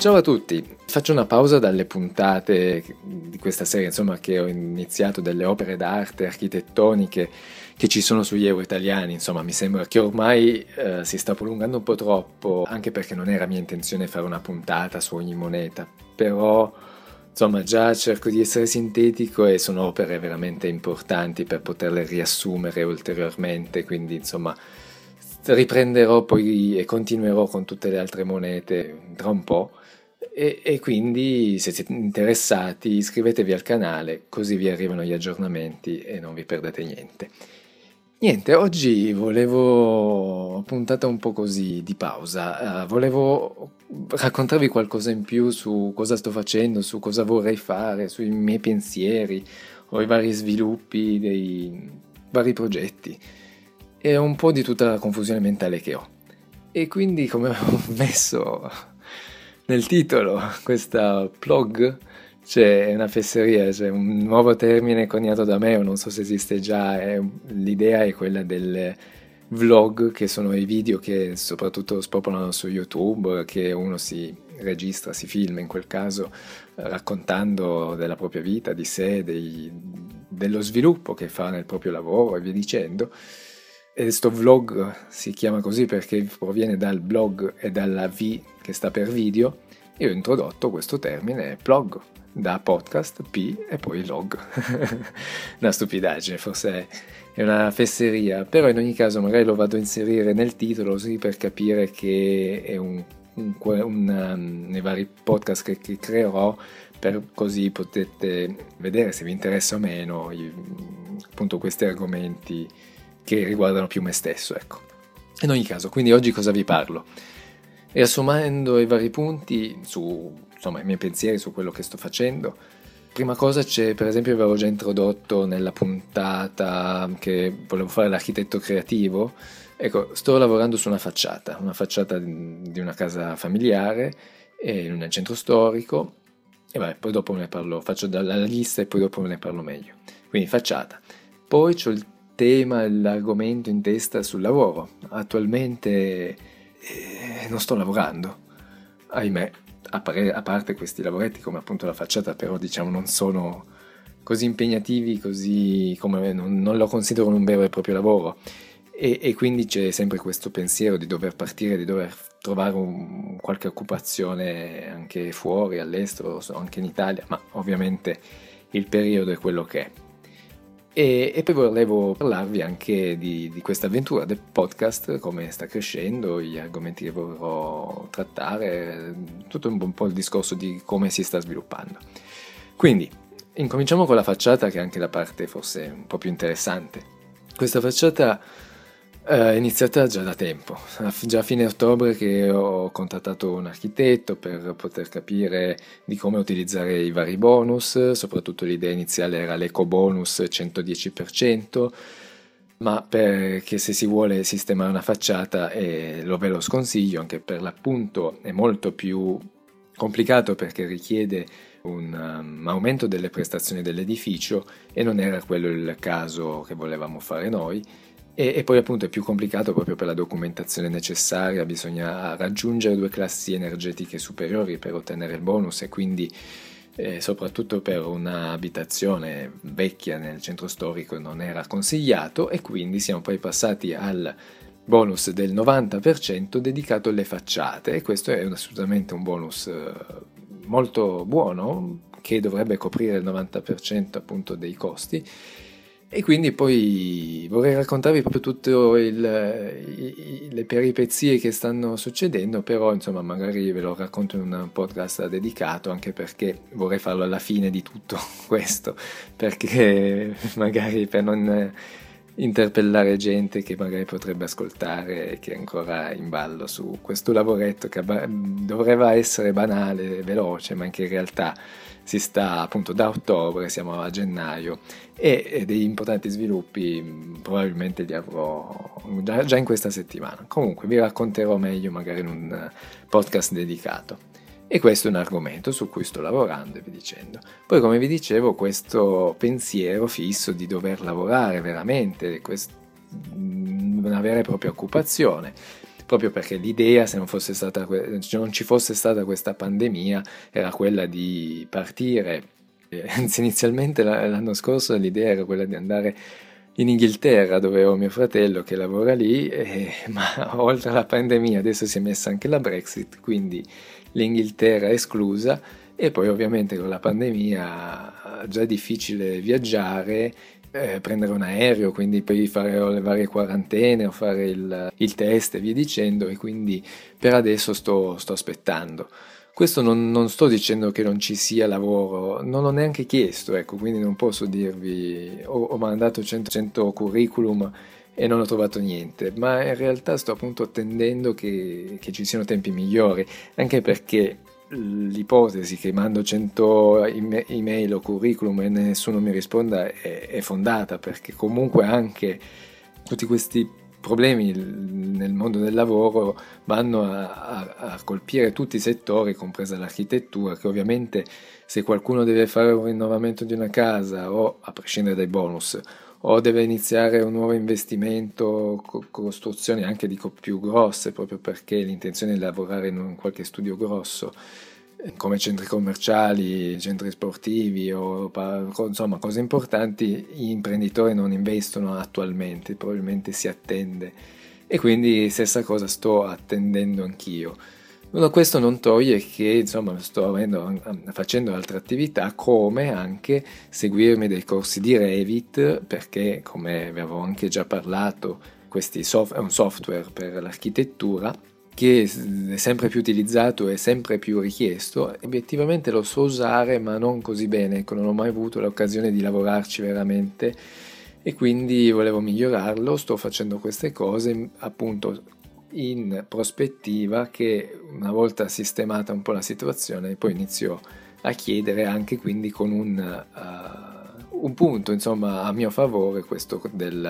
Ciao a tutti, faccio una pausa dalle puntate di questa serie, insomma, che ho iniziato, delle opere d'arte architettoniche che ci sono sugli euro italiani. Insomma, mi sembra che ormai si sta prolungando un po' troppo, anche perché non era mia intenzione fare una puntata su ogni moneta, però insomma già cerco di essere sintetico e sono opere veramente importanti per poterle riassumere ulteriormente, quindi insomma riprenderò poi e continuerò con tutte le altre monete tra un po'. E quindi se siete interessati iscrivetevi al canale così vi arrivano gli aggiornamenti e non vi perdete niente. Niente, oggi volevo puntata un po' così di pausa, volevo raccontarvi qualcosa in più su cosa sto facendo, su cosa vorrei fare, sui miei pensieri o i vari sviluppi dei vari progetti e un po' di tutta la confusione mentale che ho. E quindi, come ho messo nel titolo questa plug, c'è una fesseria, c'è un nuovo termine coniato da me, o non so se esiste già, l'idea è quella del vlog, che sono i video che soprattutto spopolano su YouTube, che uno si registra, si filma in quel caso, raccontando della propria vita, di sé, dello sviluppo che fa nel proprio lavoro e via dicendo. E sto vlog si chiama così perché proviene dal blog e dalla V che sta per video. Io ho introdotto questo termine plog, da podcast, P e poi log. Una stupidaggine, forse è una fesseria, però in ogni caso magari lo vado a inserire nel titolo così per capire che è nei vari podcast che creerò, per così potete vedere se vi interessa o meno appunto questi argomenti che riguardano più me stesso, ecco. In ogni caso, quindi oggi cosa vi parlo? Riassumendo i vari punti su, insomma, i miei pensieri su quello che sto facendo. Prima cosa c'è, per esempio, avevo già introdotto nella puntata che volevo fare l'architetto creativo. Ecco, sto lavorando su una facciata di una casa familiare nel centro storico. E vabbè, poi dopo ne parlo, faccio dalla lista e poi dopo ne parlo meglio. Quindi facciata. Poi c'ho il tema, l'argomento in testa sul lavoro. Attualmente non sto lavorando, ahimè, a parte questi lavoretti come appunto la facciata, però diciamo non sono così impegnativi, così come non lo considero un vero e proprio lavoro, e quindi c'è sempre questo pensiero di dover partire, di dover trovare qualche occupazione anche fuori, all'estero, anche in Italia, ma ovviamente il periodo è quello che è. E poi volevo parlarvi anche di questa avventura del podcast, come sta crescendo, gli argomenti che vorrò trattare, tutto un po' il discorso di come si sta sviluppando. Quindi, incominciamo con la facciata, che è anche la parte forse un po' più interessante. Questa facciata è iniziata già da tempo, già a fine ottobre che ho contattato un architetto per poter capire di come utilizzare i vari bonus, soprattutto l'idea iniziale era l'eco bonus 110%, ma perché se si vuole sistemare una facciata, ve lo sconsiglio, anche per l'appunto è molto più complicato perché richiede un aumento delle prestazioni dell'edificio e non era quello il caso che volevamo fare noi. E poi appunto è più complicato proprio per la documentazione necessaria, bisogna raggiungere 2 classi energetiche superiori per ottenere il bonus e quindi soprattutto per un'abitazione vecchia nel centro storico non era consigliato, e quindi siamo poi passati al bonus del 90% dedicato alle facciate, e questo è assolutamente un bonus molto buono che dovrebbe coprire il 90% appunto dei costi. E quindi poi vorrei raccontarvi proprio tutte le peripezie che stanno succedendo, però insomma magari ve lo racconto in un podcast dedicato, anche perché vorrei farlo alla fine di tutto questo, perché magari per non interpellare gente che magari potrebbe ascoltare e che è ancora in ballo su questo lavoretto che dovrebbe essere banale e veloce, ma che in realtà si sta appunto da ottobre, siamo a gennaio, e degli importanti sviluppi probabilmente li avrò già in questa settimana. Comunque vi racconterò meglio magari in un podcast dedicato. E questo è un argomento su cui sto lavorando e vi dicendo. Poi, come vi dicevo, questo pensiero fisso di dover lavorare veramente, una vera e propria occupazione, proprio perché l'idea, se non fosse stata, non ci fosse stata questa pandemia, era quella di partire. Anzi, inizialmente l'anno scorso l'idea era quella di andare in Inghilterra, dove ho mio fratello che lavora lì, ma oltre alla pandemia adesso si è messa anche la Brexit, quindi l'Inghilterra è esclusa, e poi ovviamente con la pandemia già è difficile viaggiare, prendere un aereo, quindi poi fare le varie quarantene o fare il test e via dicendo, e quindi per adesso sto aspettando. Questo non sto dicendo che non ci sia lavoro, non l'ho neanche chiesto, ecco, quindi non posso dirvi ho mandato 100 curriculum e non ho trovato niente, ma in realtà sto appunto attendendo che ci siano tempi migliori, anche perché l'ipotesi che mando 100 email o curriculum e nessuno mi risponda è fondata, perché comunque anche tutti questi problemi nel mondo del lavoro vanno a colpire tutti i settori, compresa l'architettura, che ovviamente se qualcuno deve fare un rinnovamento di una casa, o a prescindere dai bonus, o deve iniziare un nuovo investimento, costruzioni anche dico più grosse, proprio perché l'intenzione è lavorare in qualche studio grosso, come centri commerciali, centri sportivi o insomma cose importanti, gli imprenditori non investono attualmente, probabilmente si attende, e quindi stessa cosa sto attendendo anch'io. Ma questo non toglie che insomma facendo altre attività, come anche seguirmi dei corsi di Revit, perché come vi avevo anche già parlato, è un software per l'architettura che è sempre più utilizzato e sempre più richiesto. Obiettivamente lo so usare, ma non così bene, ecco, non ho mai avuto l'occasione di lavorarci veramente, e quindi volevo migliorarlo. Sto facendo queste cose appunto in prospettiva che, una volta sistemata un po' la situazione, poi inizio a chiedere anche quindi con un punto insomma a mio favore, questo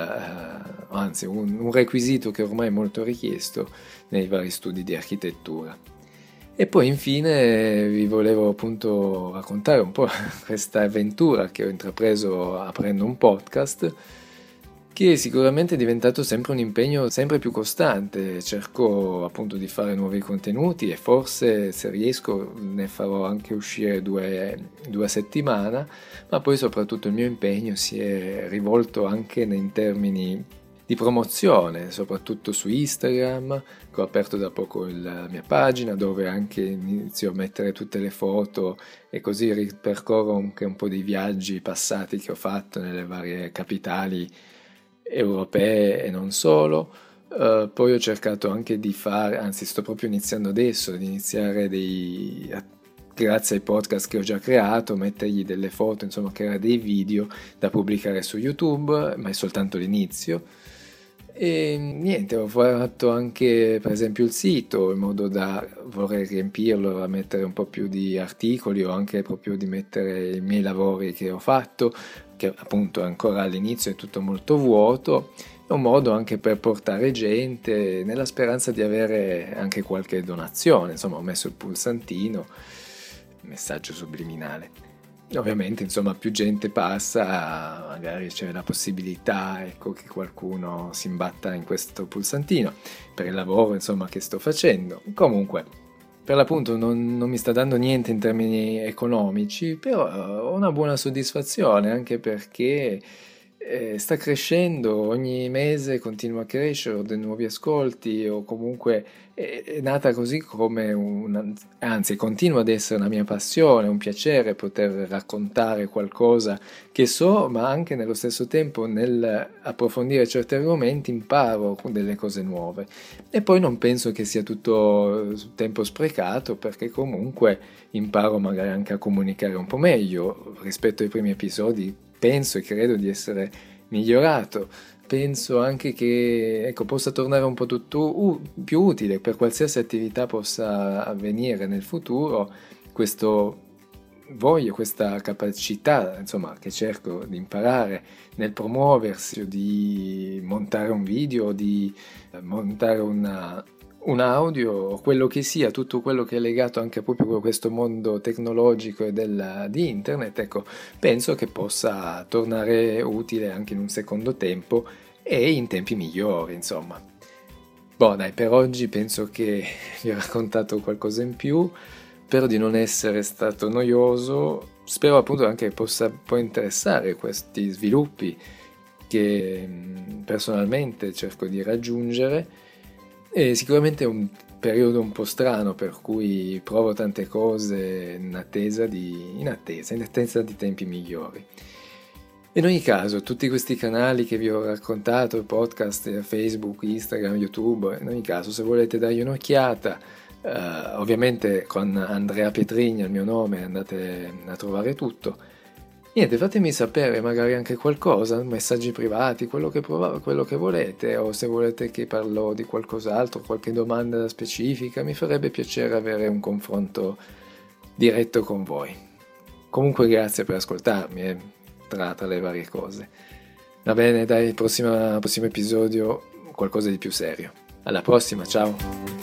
anzi un requisito che ormai è molto richiesto nei vari studi di architettura. E poi infine vi volevo appunto raccontare un po' questa avventura che ho intrapreso aprendo un podcast, che sicuramente è diventato sempre un impegno sempre più costante. Cerco appunto di fare nuovi contenuti e forse, se riesco, ne farò anche uscire due a settimana, ma poi soprattutto il mio impegno si è rivolto anche in termini di promozione, soprattutto su Instagram, che ho aperto da poco la mia pagina, dove anche inizio a mettere tutte le foto, e così ripercorro anche un po' dei viaggi passati che ho fatto nelle varie capitali europee e non solo. Poi ho cercato anche di fare, anzi sto proprio iniziando adesso, ad iniziare grazie ai podcast che ho già creato, mettergli delle foto, insomma creare dei video da pubblicare su YouTube, ma è soltanto l'inizio. E niente, ho fatto anche per esempio il sito, in modo da vorrei riempirlo, a mettere un po' più di articoli, o anche proprio di mettere i miei lavori che ho fatto, che appunto ancora all'inizio è tutto molto vuoto. È un modo anche per portare gente, nella speranza di avere anche qualche donazione. Insomma, ho messo il pulsantino, messaggio subliminale. Ovviamente, insomma, più gente passa, magari c'è la possibilità, ecco, che qualcuno si imbatta in questo pulsantino per il lavoro, insomma, che sto facendo. Comunque, per l'appunto non mi sta dando niente in termini economici, però ho una buona soddisfazione, anche perché sta crescendo, ogni mese continua a crescere, ho dei nuovi ascolti, o comunque è nata così come anzi continua ad essere una mia passione, un piacere poter raccontare qualcosa che so, ma anche nello stesso tempo nel approfondire certi argomenti imparo delle cose nuove. E poi non penso che sia tutto tempo sprecato, perché comunque imparo magari anche a comunicare un po' meglio rispetto ai primi episodi. Penso e credo di essere migliorato. Penso anche che, ecco, possa tornare un po' tutto più utile per qualsiasi attività possa avvenire nel futuro. Questa capacità, insomma, che cerco di imparare nel promuoversi, di montare un video, di montare un audio, quello che sia, tutto quello che è legato anche proprio a questo mondo tecnologico e di internet, ecco, penso che possa tornare utile anche in un secondo tempo e in tempi migliori, insomma. Boh, dai, per oggi penso che vi ho raccontato qualcosa in più, spero di non essere stato noioso, spero appunto anche che possa poi interessare questi sviluppi che personalmente cerco di raggiungere. E sicuramente è un periodo un po' strano per cui provo tante cose in attesa di tempi migliori. In ogni caso, tutti questi canali che vi ho raccontato, podcast, Facebook, Instagram, YouTube, in ogni caso, se volete dargli un'occhiata, ovviamente con Andrea Petrigna, il mio nome, andate a trovare tutto. Niente, fatemi sapere magari anche qualcosa, messaggi privati, quello che volete, o se volete che parlo di qualcos'altro, qualche domanda specifica, mi farebbe piacere avere un confronto diretto con voi. Comunque grazie per ascoltarmi, tra le varie cose. Va bene, dai, prossimo episodio qualcosa di più serio. Alla prossima, ciao!